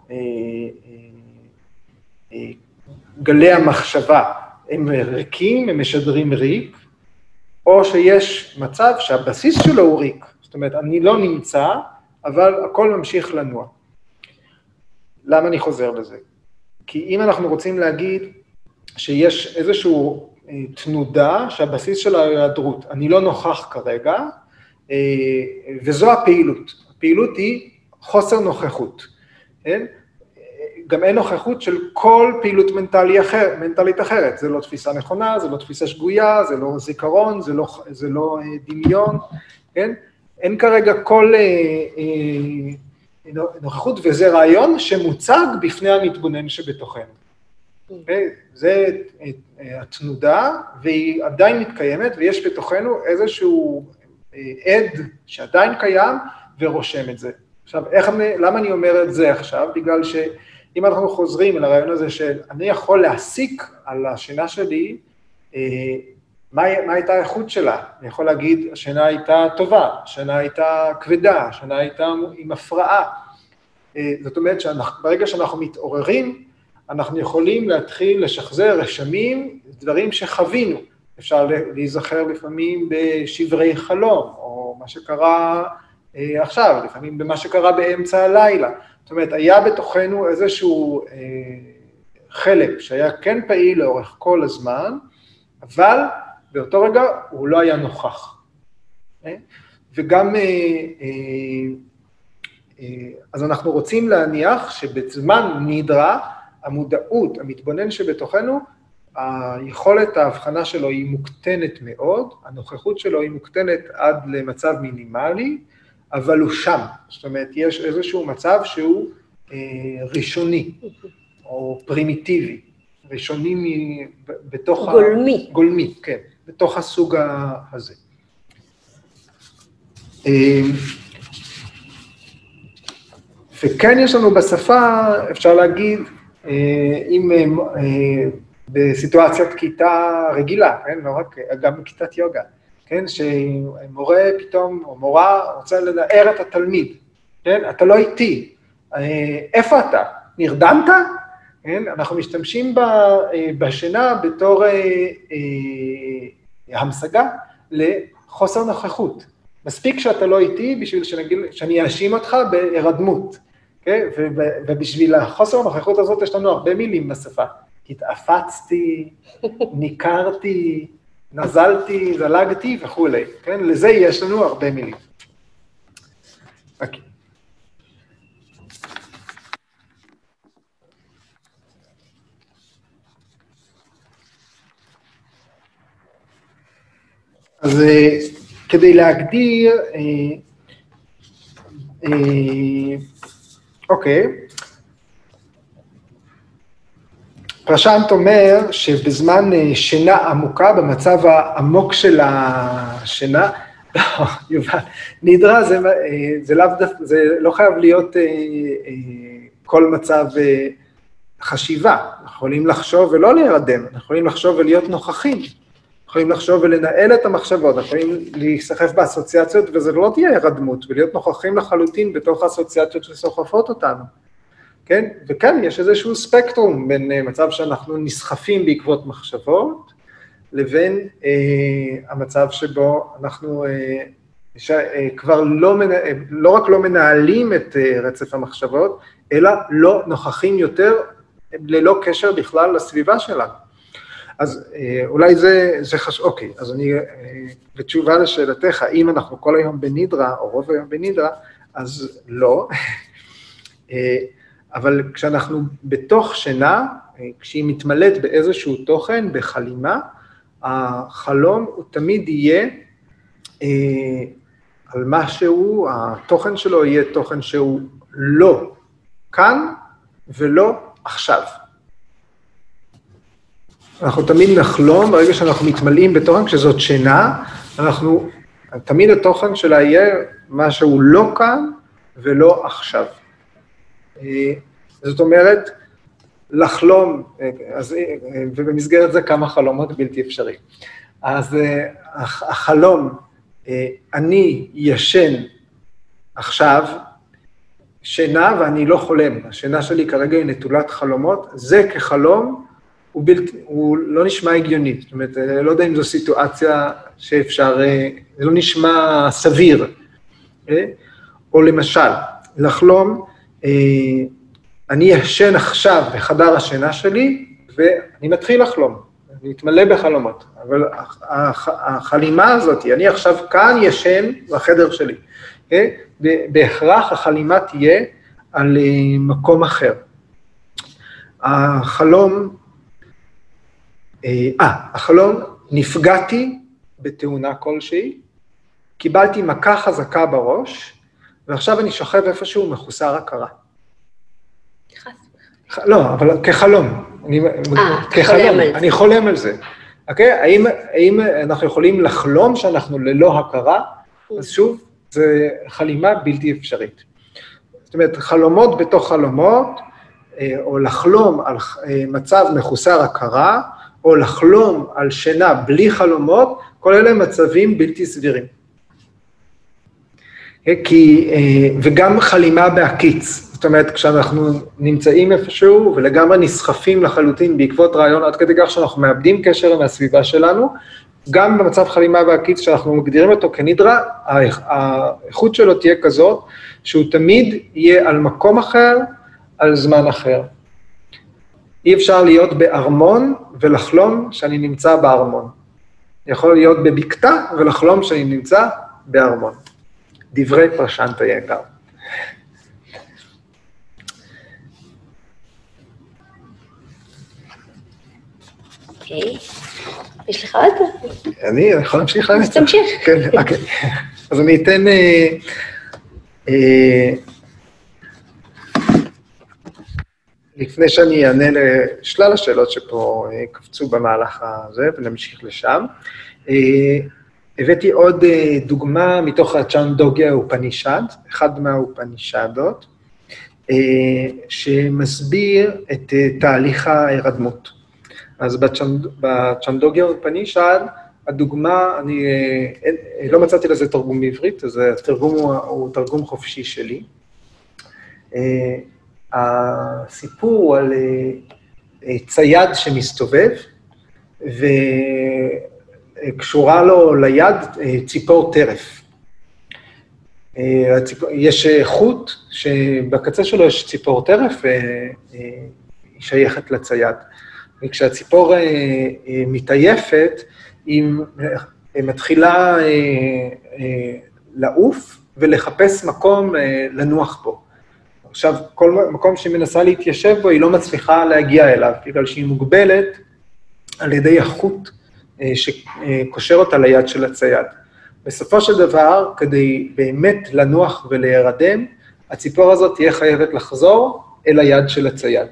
גלי המחשבה הם ריקים, הם משדרים ריק, או שיש מצב שהבסיס שלו הוא ריק, זאת אומרת, אני לא נמצא, אבל הכל ממשיך לנוע. למה אני חוזר לזה? כי אם אנחנו רוצים להגיד שיש איזשהו תנודה שהבסיס שלה היא היעדרות, אני לא נוכח כרגע, וזו הפעילות. הפעילות היא חוסר נוכחות. כן? גם אין נוכחות של כל פעילות מנטלי אחר, מנטלית אחרת. זה לא תפיסה נכונה, זה לא תפיסה שגויה, זה לא זיכרון, זה לא, זה לא דמיון. כן? אין כרגע כל נוכחות, וזה רעיון שמוצג בפני המתבונן שבתוכנו. זה התנודה, והיא עדיין מתקיימת, ויש בתוכנו איזשהו עד שעדיין קיים ורושם את זה. עכשיו, איך, למה אני אומר את זה עכשיו? בגלל שאם אנחנו חוזרים אל הרעיון הזה שאני יכול להסיק על השינה שלי, מה, מה הייתה האיכות שלה? אני יכול להגיד, השינה הייתה טובה, השינה הייתה כבדה, השינה הייתה עם הפרעה. זאת אומרת שברגע שאנחנו מתעוררים, אנחנו יכולים להתחיל לשחזר רשמים, דברים שחווינו. אפשר להיזכר לפעמים בשברי חלום, או מה שקרה אה, עכשיו, לפעמים במה שקרה באמצע הלילה. זאת אומרת, היה בתוכנו איזשהו אה, חלק שהיה כן פעיל לאורך כל הזמן, אבל באותו רגע הוא לא היה נוכח. אה? וגם, אה, אה, אה, אז אנחנו רוצים להניח שבזמן נדרה, המודעות, המתבונן שבתוכנו, היכולת ההבחנה שלו היא מוקטנת מאוד, הנוכחות שלו היא מוקטנת עד למצב מינימלי, אבל הוא שם. זאת אומרת, יש איזשהו מצב שהוא אה, ראשוני, או פרימיטיבי, ראשוני מ, בתוך... גולמי. ה, גולמי, כן, בתוך הסוג הזה. אה, וכן יש לנו בשפה, אפשר להגיד, אם בסיטואציית כיתה רגילה, כן, לא רק, גם בכיתת יוגה, כן, שמורה פתאום, או מורה רוצה לנער את התלמיד, כן, אתה לא איתי, איפה אתה? נרדמת? כן, אנחנו משתמשים בשינה בתור המשגה לחוסר נוכחות. מספיק שאתה לא איתי בשביל שאני אאשים אותך בהירדמות. Okay? ובשביל החוסר הנוכחות הזאת יש לנו הרבה מילים בשפה. התאפצתי, ניכרתי, נזלתי, זלגתי וכו'. כן? לזה יש לנו הרבה מילים. Okay. אז כדי להגדיר, אוקיי, פרשנט אומר שבזמן שינה עמוקה, במצב העמוק של השינה, לא, יובל, נדרה זה, זה, לאו, זה לא חייב להיות כל מצב חשיבה, אנחנו יכולים לחשוב ולא להירדם, אנחנו יכולים לחשוב ולהיות נוכחים, יכולים לחשוב ולנהל את המחשבות, יכולים להיסחף באסוציאציות, וזה לא תהיה הרדמות, ולהיות נוכחים לחלוטין בתוך האסוציאציות שסוחפות אותנו. כן? וכאן יש איזשהו ספקטרום בין מצב שאנחנו נסחפים בעקבות מחשבות, לבין אה, המצב שבו אנחנו אה, שכבר לא, לא רק לא מנהלים את רצף המחשבות, אלא לא נוכחים יותר ללא קשר בכלל לסביבה שלנו. אז אולי זה, זה חשוב, אוקיי, אז אני, בתשובה לשאלתך, האם אנחנו כל היום בנידרה, או רוב היום בנידרה, אז לא. אבל כשאנחנו בתוך שינה, כשהיא מתמלאת באיזשהו תוכן, בחלימה, החלום הוא תמיד יהיה על משהו, התוכן שלו יהיה תוכן שהוא לא כאן ולא עכשיו. אנחנו תמיד נחלום, ברגע שאנחנו מתמלאים בתוכן, כשזאת שינה, אנחנו, תמיד התוכן שלה יהיה משהו לא כאן ולא עכשיו. זאת אומרת, לחלום, אז, ובמסגרת זה כמה חלומות בלתי אפשרי. אז החלום, אני ישן עכשיו, שינה ואני לא חולם. השינה שלי כרגע היא נטולת חלומות, זה כחלום, הוא, בלתי, הוא לא נשמע הגיוני. זאת אומרת, לא יודע אם זו סיטואציה שאפשר, זה לא נשמע סביר. או למשל, לחלום, אני ישן עכשיו בחדר השינה שלי, ואני מתחיל לחלום, אני מתמלא בחלומות, אבל החלימה הזאת, אני עכשיו כאן ישן בחדר שלי, בהכרח החלימה תהיה על מקום אחר. החלום, אה, החלום, נפגעתי בתאונה כלשהי, קיבלתי מכה חזקה בראש, ועכשיו אני שוכב איפשהו מחוסר הכרה. לא, אבל כחלום. אה, כחלום. אני חולם על זה. אוקיי? האם, האם אנחנו יכולים לחלום שאנחנו ללא הכרה? אז שוב, זה חלימה בלתי אפשרית. זאת אומרת, חלומות בתוך חלומות, או לחלום על מצב מחוסר הכרה, או לחלום על שינה בלי חלומות, כל אלה מצבים בלתי סבירים. כי, וגם חלימה בהקיץ, זאת אומרת, כשאנחנו נמצאים איפשהו ולגמרי נסחפים לחלוטין בעקבות רעיון, עד כדי כך שאנחנו מאבדים קשר מהסביבה שלנו, גם במצב חלימה בהקיץ, שאנחנו מגדירים אותו כנידרה, האיכות שלו תהיה כזאת, שהוא תמיד יהיה על מקום אחר, על זמן אחר. אי אפשר להיות בארמון ולחלום שאני נמצא בארמון. יכול להיות בבקתה ולחלום שאני נמצא בארמון. דברי פרשנט היקר. אוקיי. יש לך עוד? אני יכול להמשיך להם? אז תמשיך. כן, אוקיי. אז אני אתן... לפני שאני אענה לשלל השאלות שפה קפצו במהלך הזה, ונמשיך לשם, הבאתי עוד דוגמה מתוך הצ'נדוגיה אופנישד, אחד מהאופנישדות, שמסביר את תהליך ההירדמות. אז בצ'נדוגיה אופנישד, הדוגמה, אני לא מצאתי לזה תרגום בעברית, אז התרגום הוא, הוא תרגום חופשי שלי. הסיפור הוא על צייד שמסתובב, וקשורה לו ליד ציפור טרף. יש חוט שבקצה שלו יש ציפור טרף, והיא שייכת לצייד. וכשהציפור מתעייפת, היא מתחילה לעוף ולחפש מקום לנוח בו. עכשיו, כל מקום שהיא מנסה להתיישב בו, היא לא מצליחה להגיע אליו, בגלל שהיא מוגבלת על ידי החוט שקושר אותה ליד של הצייד. בסופו של דבר, כדי באמת לנוח ולהירדם, הציפור הזאת תהיה חייבת לחזור אל היד של הצייד.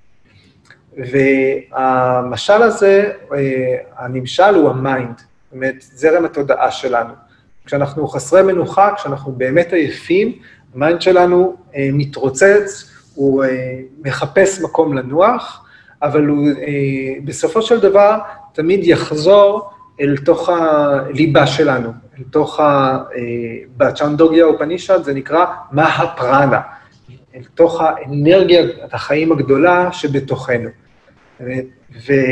והמשל הזה, הנמשל הוא המיינד, זאת אומרת, זרם התודעה שלנו. כשאנחנו חסרי מנוחה, כשאנחנו באמת עייפים, המיינד שלנו מתרוצץ, הוא מחפש מקום לנוח, אבל הוא בסופו של דבר תמיד יחזור אל תוך הליבה שלנו, אל תוך ה... בצ'נדוגיה אופנישד זה נקרא מהפרנה, אל תוך האנרגיית החיים הגדולה שבתוכנו.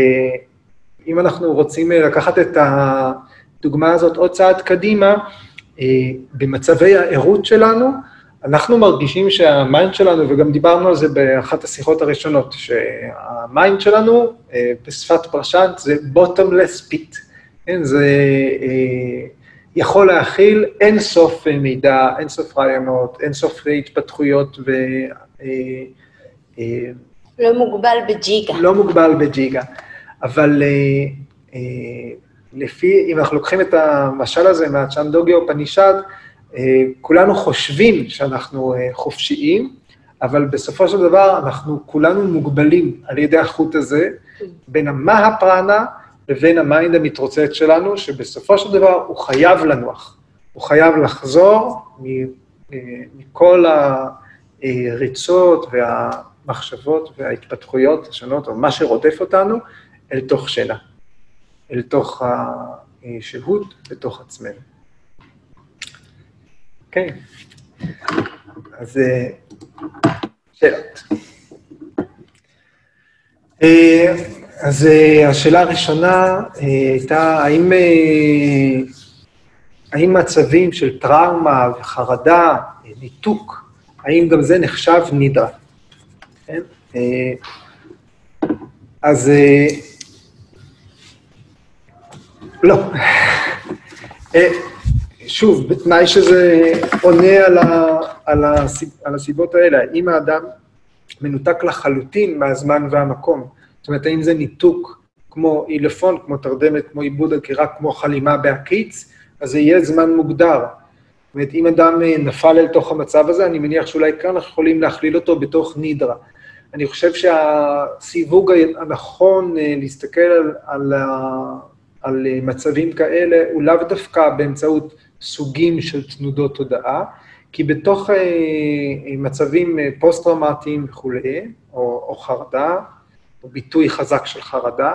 ואם אנחנו רוצים לקחת את הדוגמה הזאת עוד צעד קדימה, במצבי העירות שלנו, אנחנו מרגישים שהמיינד שלנו, וגם דיברנו על זה באחת השיחות הראשונות, שהמיינד שלנו, בשפת פרשנט, זה bottomless pit. כן, זה יכול להכיל אין סוף מידע, אין סוף רעיונות, אין סוף התפתחויות ו... לא מוגבל בג'יגה. לא מוגבל בג'יגה, אבל לפי, אם אנחנו לוקחים את המשל הזה מהצ'נדוגיה אופנישד, כולנו חושבים שאנחנו חופשיים, אבל בסופו של דבר אנחנו כולנו מוגבלים על ידי החוט הזה, בין המהפרנה לבין המיינד המתרוצץ שלנו, שבסופו של דבר הוא חייב לנוח, הוא חייב לחזור מכל הריצות והמחשבות וההתפתחויות השונות, או מה שרודף אותנו, אל תוך שינה, אל תוך השהות, לתוך עצמנו. אוקיי, אז שאלות. אז השאלה הראשונה הייתה, האם, האם מצבים של טראומה וחרדה, ניתוק, האם גם זה נחשב נידרה? כן? אז לא. שוב, בתנאי שזה עונה על, ה, על, הסיב, על הסיבות האלה, האם האדם מנותק לחלוטין מהזמן והמקום, זאת אומרת, האם זה ניתוק כמו אילפון, כמו תרדמת, כמו עיבוד הקירה, כמו חלימה בהקיץ, אז זה יהיה זמן מוגדר. זאת אומרת, אם אדם נפל אל תוך המצב הזה, אני מניח שאולי כאן אנחנו יכולים להכליל אותו בתוך נידרה. אני חושב שהסיווג הנכון להסתכל על, על, על מצבים כאלה, הוא לאו דווקא באמצעות סוגים של תנודות תודעה, כי בתוך מצבים פוסט-טראומטיים וכו', או, או חרדה, או ביטוי חזק של חרדה,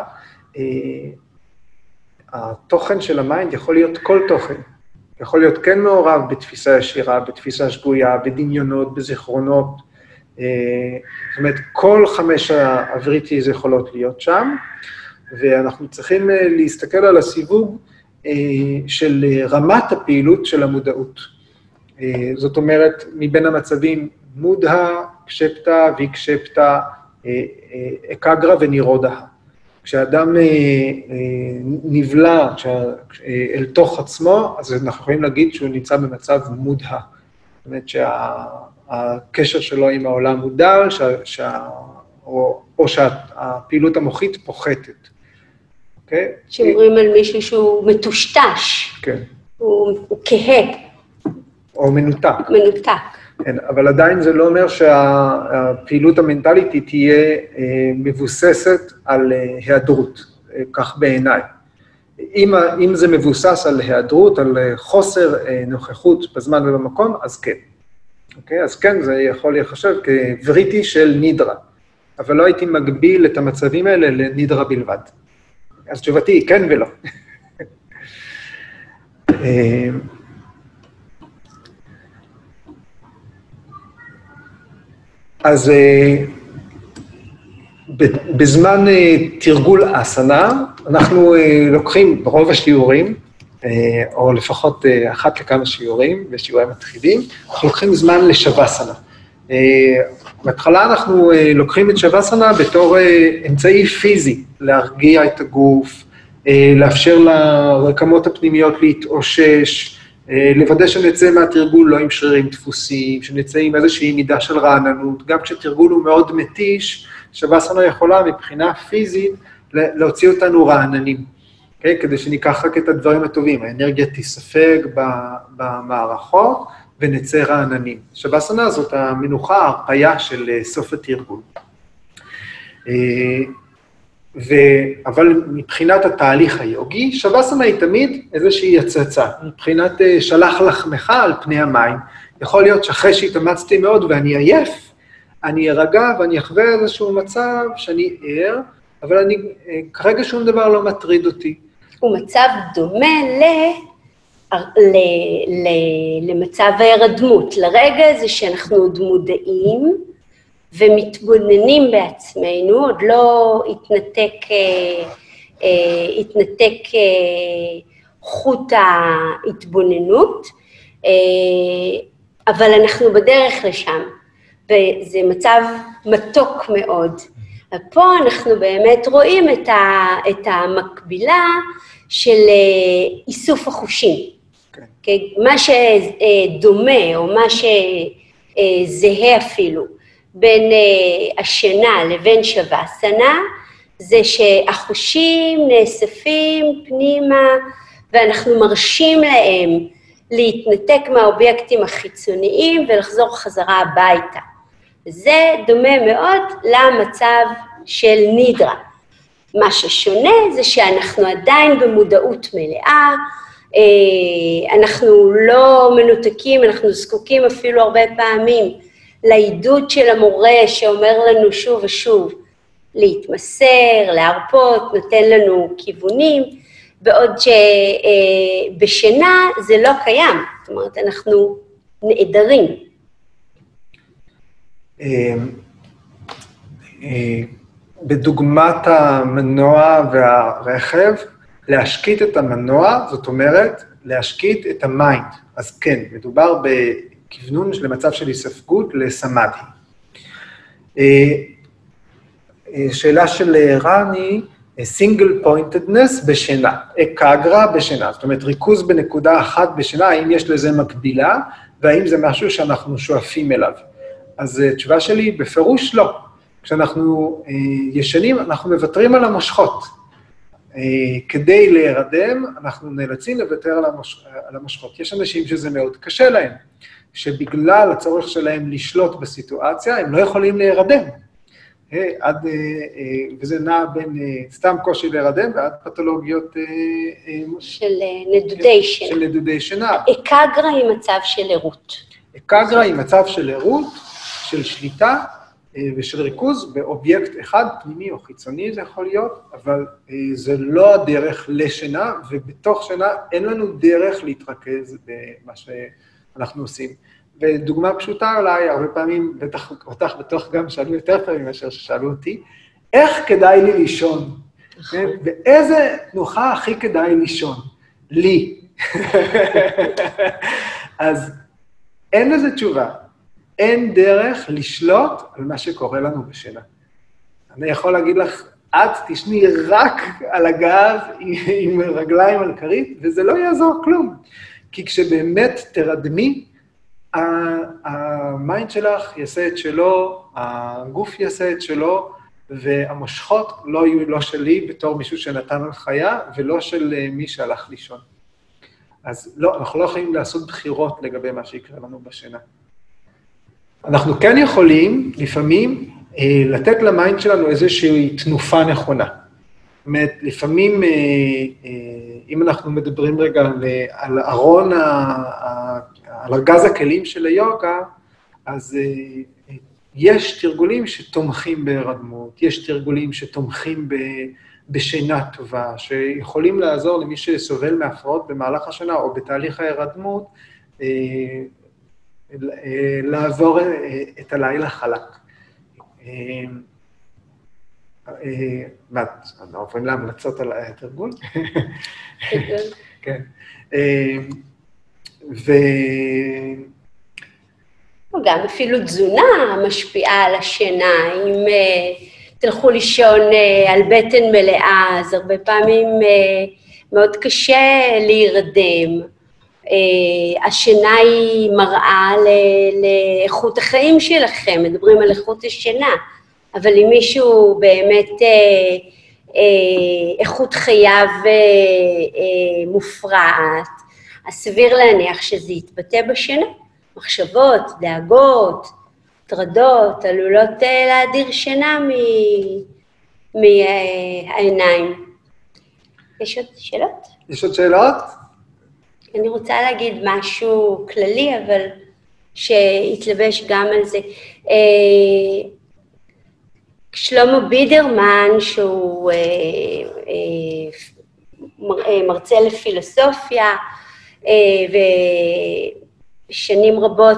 התוכן של המיינד יכול להיות כל תוכן. יכול להיות כן מעורב בתפיסה ישירה, בתפיסה שגויה, בדמיונות, בזיכרונות. זאת אומרת, כל חמש הווריטיז יכולות להיות שם, ואנחנו צריכים להסתכל על הסיווג של רמת הפעילות של המודעות. זאת אומרת, מבין המצבים מודהה, קשפטה, ויקשפטה, אקגרה ונירודה. כשאדם נבלע אל תוך עצמו, אז אנחנו יכולים להגיד שהוא נמצא במצב מודהה. זאת אומרת שהקשר שלו עם העולם מודע, שה, או, או שהפעילות המוחית פוחתת. אוקיי? שאומרים על מישהו שהוא מטושטש. כן. הוא, הוא כהה. או מנותק. מנותק. כן, אבל עדיין זה לא אומר שהפעילות המנטלית היא תהיה מבוססת על היעדרות, כך בעיניי. אם, אם זה מבוסס על היעדרות, על חוסר נוכחות בזמן ובמקום, אז כן. אוקיי? אז כן, זה יכול להיחשב כווריטי של נידרה, אבל לא הייתי מגביל את המצבים האלה לנידרה בלבד. אז תשובתי היא כן ולא. אז בזמן תרגול אסנה, אנחנו לוקחים ברוב השיעורים, או לפחות אחת לכמה שיעורים, בשיעורים מתחילים, אנחנו לוקחים זמן לשווסנה. בהתחלה אנחנו לוקחים את שווסנה בתור אמצעי פיזי, להרגיע את הגוף, לאפשר לרקמות הפנימיות להתאושש, לוודא שנצא מהתרגול לא עם שרירים דפוסים, שנצא עם איזושהי מידה של רעננות, גם כשתרגול הוא מאוד מתיש, שווסנה יכולה מבחינה פיזית להוציא אותנו רעננים, okay? כדי שניקח רק את הדברים הטובים, האנרגיה תיספג במערכות ונצא רעננים. שווסנה זאת המנוחה, ההרפאיה של סוף התרגול. ו... אבל מבחינת התהליך היוגי, שווסנה היא תמיד איזושהי הצצה, מבחינת שלח לחמך על פני המים. יכול להיות שאחרי שהתאמצתי מאוד ואני עייף, אני ארגע ואני אחווה איזשהו מצב שאני ער, אבל אני, כרגע שום דבר לא מטריד אותי. הוא מצב דומה ל... ל... ל... למצב ההירדמות. לרגע זה שאנחנו עוד מודעים, ומתבוננים בעצמנו, עוד לא התנתק, התנתק חוט ההתבוננות, אבל אנחנו בדרך לשם, וזה מצב מתוק מאוד. ופה אנחנו באמת רואים את, ה, את המקבילה של איסוף החושים. Okay. מה שדומה, או מה שזהה אפילו, בין השינה לבין שבאסנה, זה שהחושים נאספים פנימה, ואנחנו מרשים להם להתנתק מהאובייקטים החיצוניים, ולחזור חזרה הביתה. זה דומה מאוד למצב של נידרה. מה ששונה זה שאנחנו עדיין במודעות מלאה, אנחנו לא מנותקים, אנחנו זקוקים אפילו הרבה פעמים לעידוד של המורה שאומר לנו שוב ושוב להתמסר, להרפות, נותן לנו כיוונים, בעוד שבשינה זה לא קיים, זאת אומרת אנחנו נעדרים. בדוגמת המנוע והרכב, להשקיט את המנוע, זאת אומרת, להשקיט את המיינד. אז כן, מדובר בכיוונון למצב של היספגות לסמאדי. שאלה של רני, single pointedness בשינה, אקגרה בשינה, זאת אומרת, ריכוז בנקודה אחת בשינה, האם יש לזה מקבילה, והאם זה משהו שאנחנו שואפים אליו. אז תשובה שלי, בפירוש לא. כשאנחנו ישנים, אנחנו מוותרים על המושכות. כדי להירדם, אנחנו נאלצים לוותר על, המוש... על המושכות. יש אנשים שזה מאוד קשה להם, שבגלל הצורך שלהם לשלוט בסיטואציה, הם לא יכולים להירדם. עד, וזה נע בין סתם קושי להירדם, ועד פתולוגיות... של נדודי שינה. של נדודי שינה. אקגרה היא מצב של עירות. אקגרה היא מצב של עירות, של שליטה, ושל ריכוז באובייקט אחד, פנימי או חיצוני זה יכול להיות, אבל זה לא הדרך לשינה, ובתוך שינה אין לנו דרך להתרכז במה שאנחנו עושים. ודוגמה פשוטה אולי, הרבה פעמים, בטח אותך בתוך גם שאלו יותר פעמים מאשר ששאלו אותי, איך כדאי לי לישון? באיזה תנוחה הכי כדאי לישון? לי. אז אין לזה תשובה. אין דרך לשלוט על מה שקורה לנו בשינה. אני יכול להגיד לך, את תשני רק על הגב עם רגליים על כרית, וזה לא יעזור כלום. כי כשבאמת תרדמי, המיינד שלך יעשה את שלו, הגוף יעשה את שלו, והמושכות לא יהיו לא שלי בתור מישהו שנתן הנחיה, ולא של מי שהלך לישון. אז לא, אנחנו לא יכולים לעשות בחירות לגבי מה שיקרה לנו בשינה. אנחנו כן יכולים, לפעמים, לתת למיינד שלנו איזושהי תנופה נכונה. זאת אומרת, לפעמים, אם אנחנו מדברים רגע על ארון, על ארגז הכלים של היוגה, אז יש תרגולים שתומכים בהירדמות, יש תרגולים שתומכים בשינה טובה, שיכולים לעזור למי שסובל מהפרעות במהלך השינה או בתהליך ההירדמות, לעבור את הלילה חלק. מה, אנחנו עוברים להמלצות על התרגול? כן. ו... גם אפילו תזונה משפיעה על השינה. אם תלכו לישון על בטן מלאה, אז הרבה פעמים מאוד קשה להירדם. השינה היא מראה לאיכות החיים שלכם, מדברים על איכות השינה, אבל אם מישהו באמת איכות חייו מופרעת, אז סביר להניח שזה יתבטא בשינה. מחשבות, דאגות, טרדות, עלולות להדיר שינה מהעיניים. יש עוד שאלות? יש עוד שאלות? אני רוצה להגיד משהו כללי, אבל שהתלבש גם על זה. שלמה בידרמן, שהוא מרצה לפילוסופיה, ושנים רבות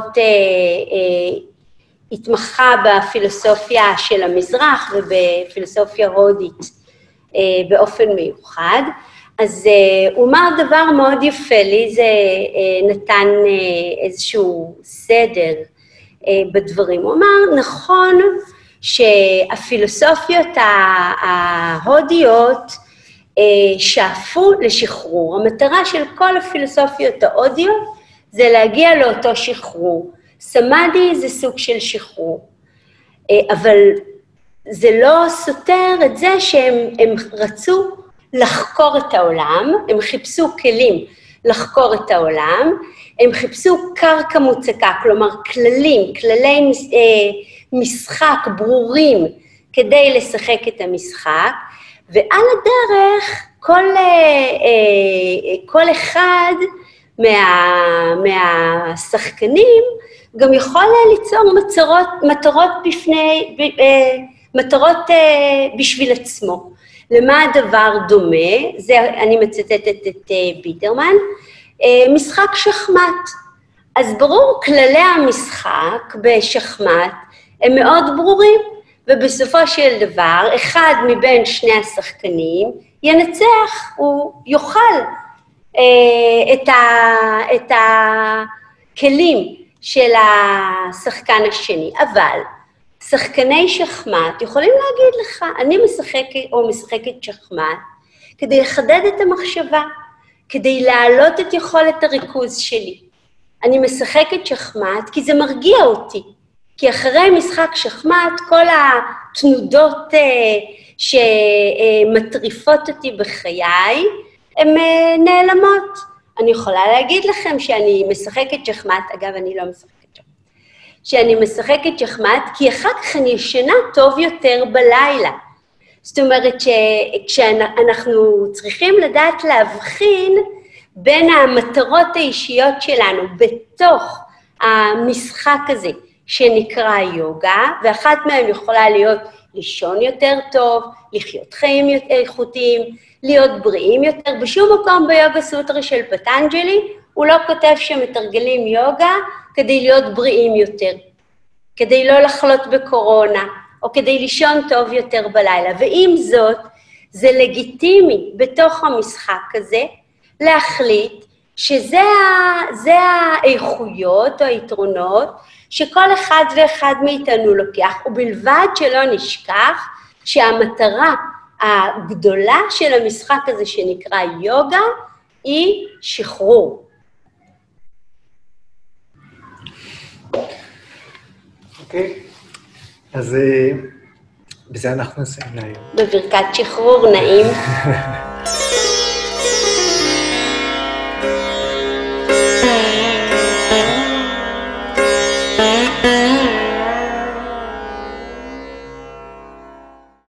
התמחה בפילוסופיה של המזרח ובפילוסופיה הודית באופן מיוחד, אז uh, הוא אמר דבר מאוד יפה, לי זה uh, נתן uh, איזשהו סדר uh, בדברים. הוא אמר, נכון שהפילוסופיות ההודיות uh, שאפו לשחרור. המטרה של כל הפילוסופיות ההודיות זה להגיע לאותו שחרור. סמאדי זה סוג של שחרור, uh, אבל זה לא סותר את זה שהם רצו לחקור את העולם, הם חיפשו כלים לחקור את העולם, הם חיפשו קרקע מוצקה, כלומר כללים, כללי משחק ברורים כדי לשחק את המשחק, ועל הדרך כל, כל אחד מה, מהשחקנים גם יכול ליצור מטרות, מטרות בפני, מטרות בשביל עצמו. למה הדבר דומה? זה, אני מצטטת את ביטרמן, משחק שחמט. אז ברור, כללי המשחק בשחמט הם מאוד ברורים, ובסופו של דבר, אחד מבין שני השחקנים ינצח, הוא יאכל את, ה, את הכלים של השחקן השני, אבל שחקני שחמט יכולים להגיד לך, אני משחקת או משחקת שחמט, כדי לחדד את המחשבה, כדי להעלות את יכולת הריכוז שלי. אני משחקת שחמט כי זה מרגיע אותי, כי אחרי משחק שחמט, כל התנודות שמטריפות אותי בחיי, הן נעלמות. אני יכולה להגיד לכם שאני משחקת שחמט, אגב, אני לא משחקת שחמט, שאני משחקת שחמט, כי אחר כך אני ישנה טוב יותר בלילה. זאת אומרת שכשאנחנו צריכים לדעת להבחין בין המטרות האישיות שלנו בתוך המשחק הזה שנקרא יוגה, ואחת מהן יכולה להיות לישון יותר טוב, לחיות חיים איכותיים, להיות בריאים יותר. בשום מקום ביוגה סוטרה של פטנג'לי, הוא לא כותב שמתרגלים יוגה כדי להיות בריאים יותר, כדי לא לחלות בקורונה, או כדי לישון טוב יותר בלילה. ועם זאת, זה לגיטימי בתוך המשחק הזה, להחליט שזה זה האיכויות או היתרונות שכל אחד ואחד מאיתנו לוקח, ובלבד שלא נשכח שהמטרה הגדולה של המשחק הזה שנקרא יוגה היא שחרור. אוקיי, אז בזה אנחנו נסיים להיום. בברכת שחרור נעים.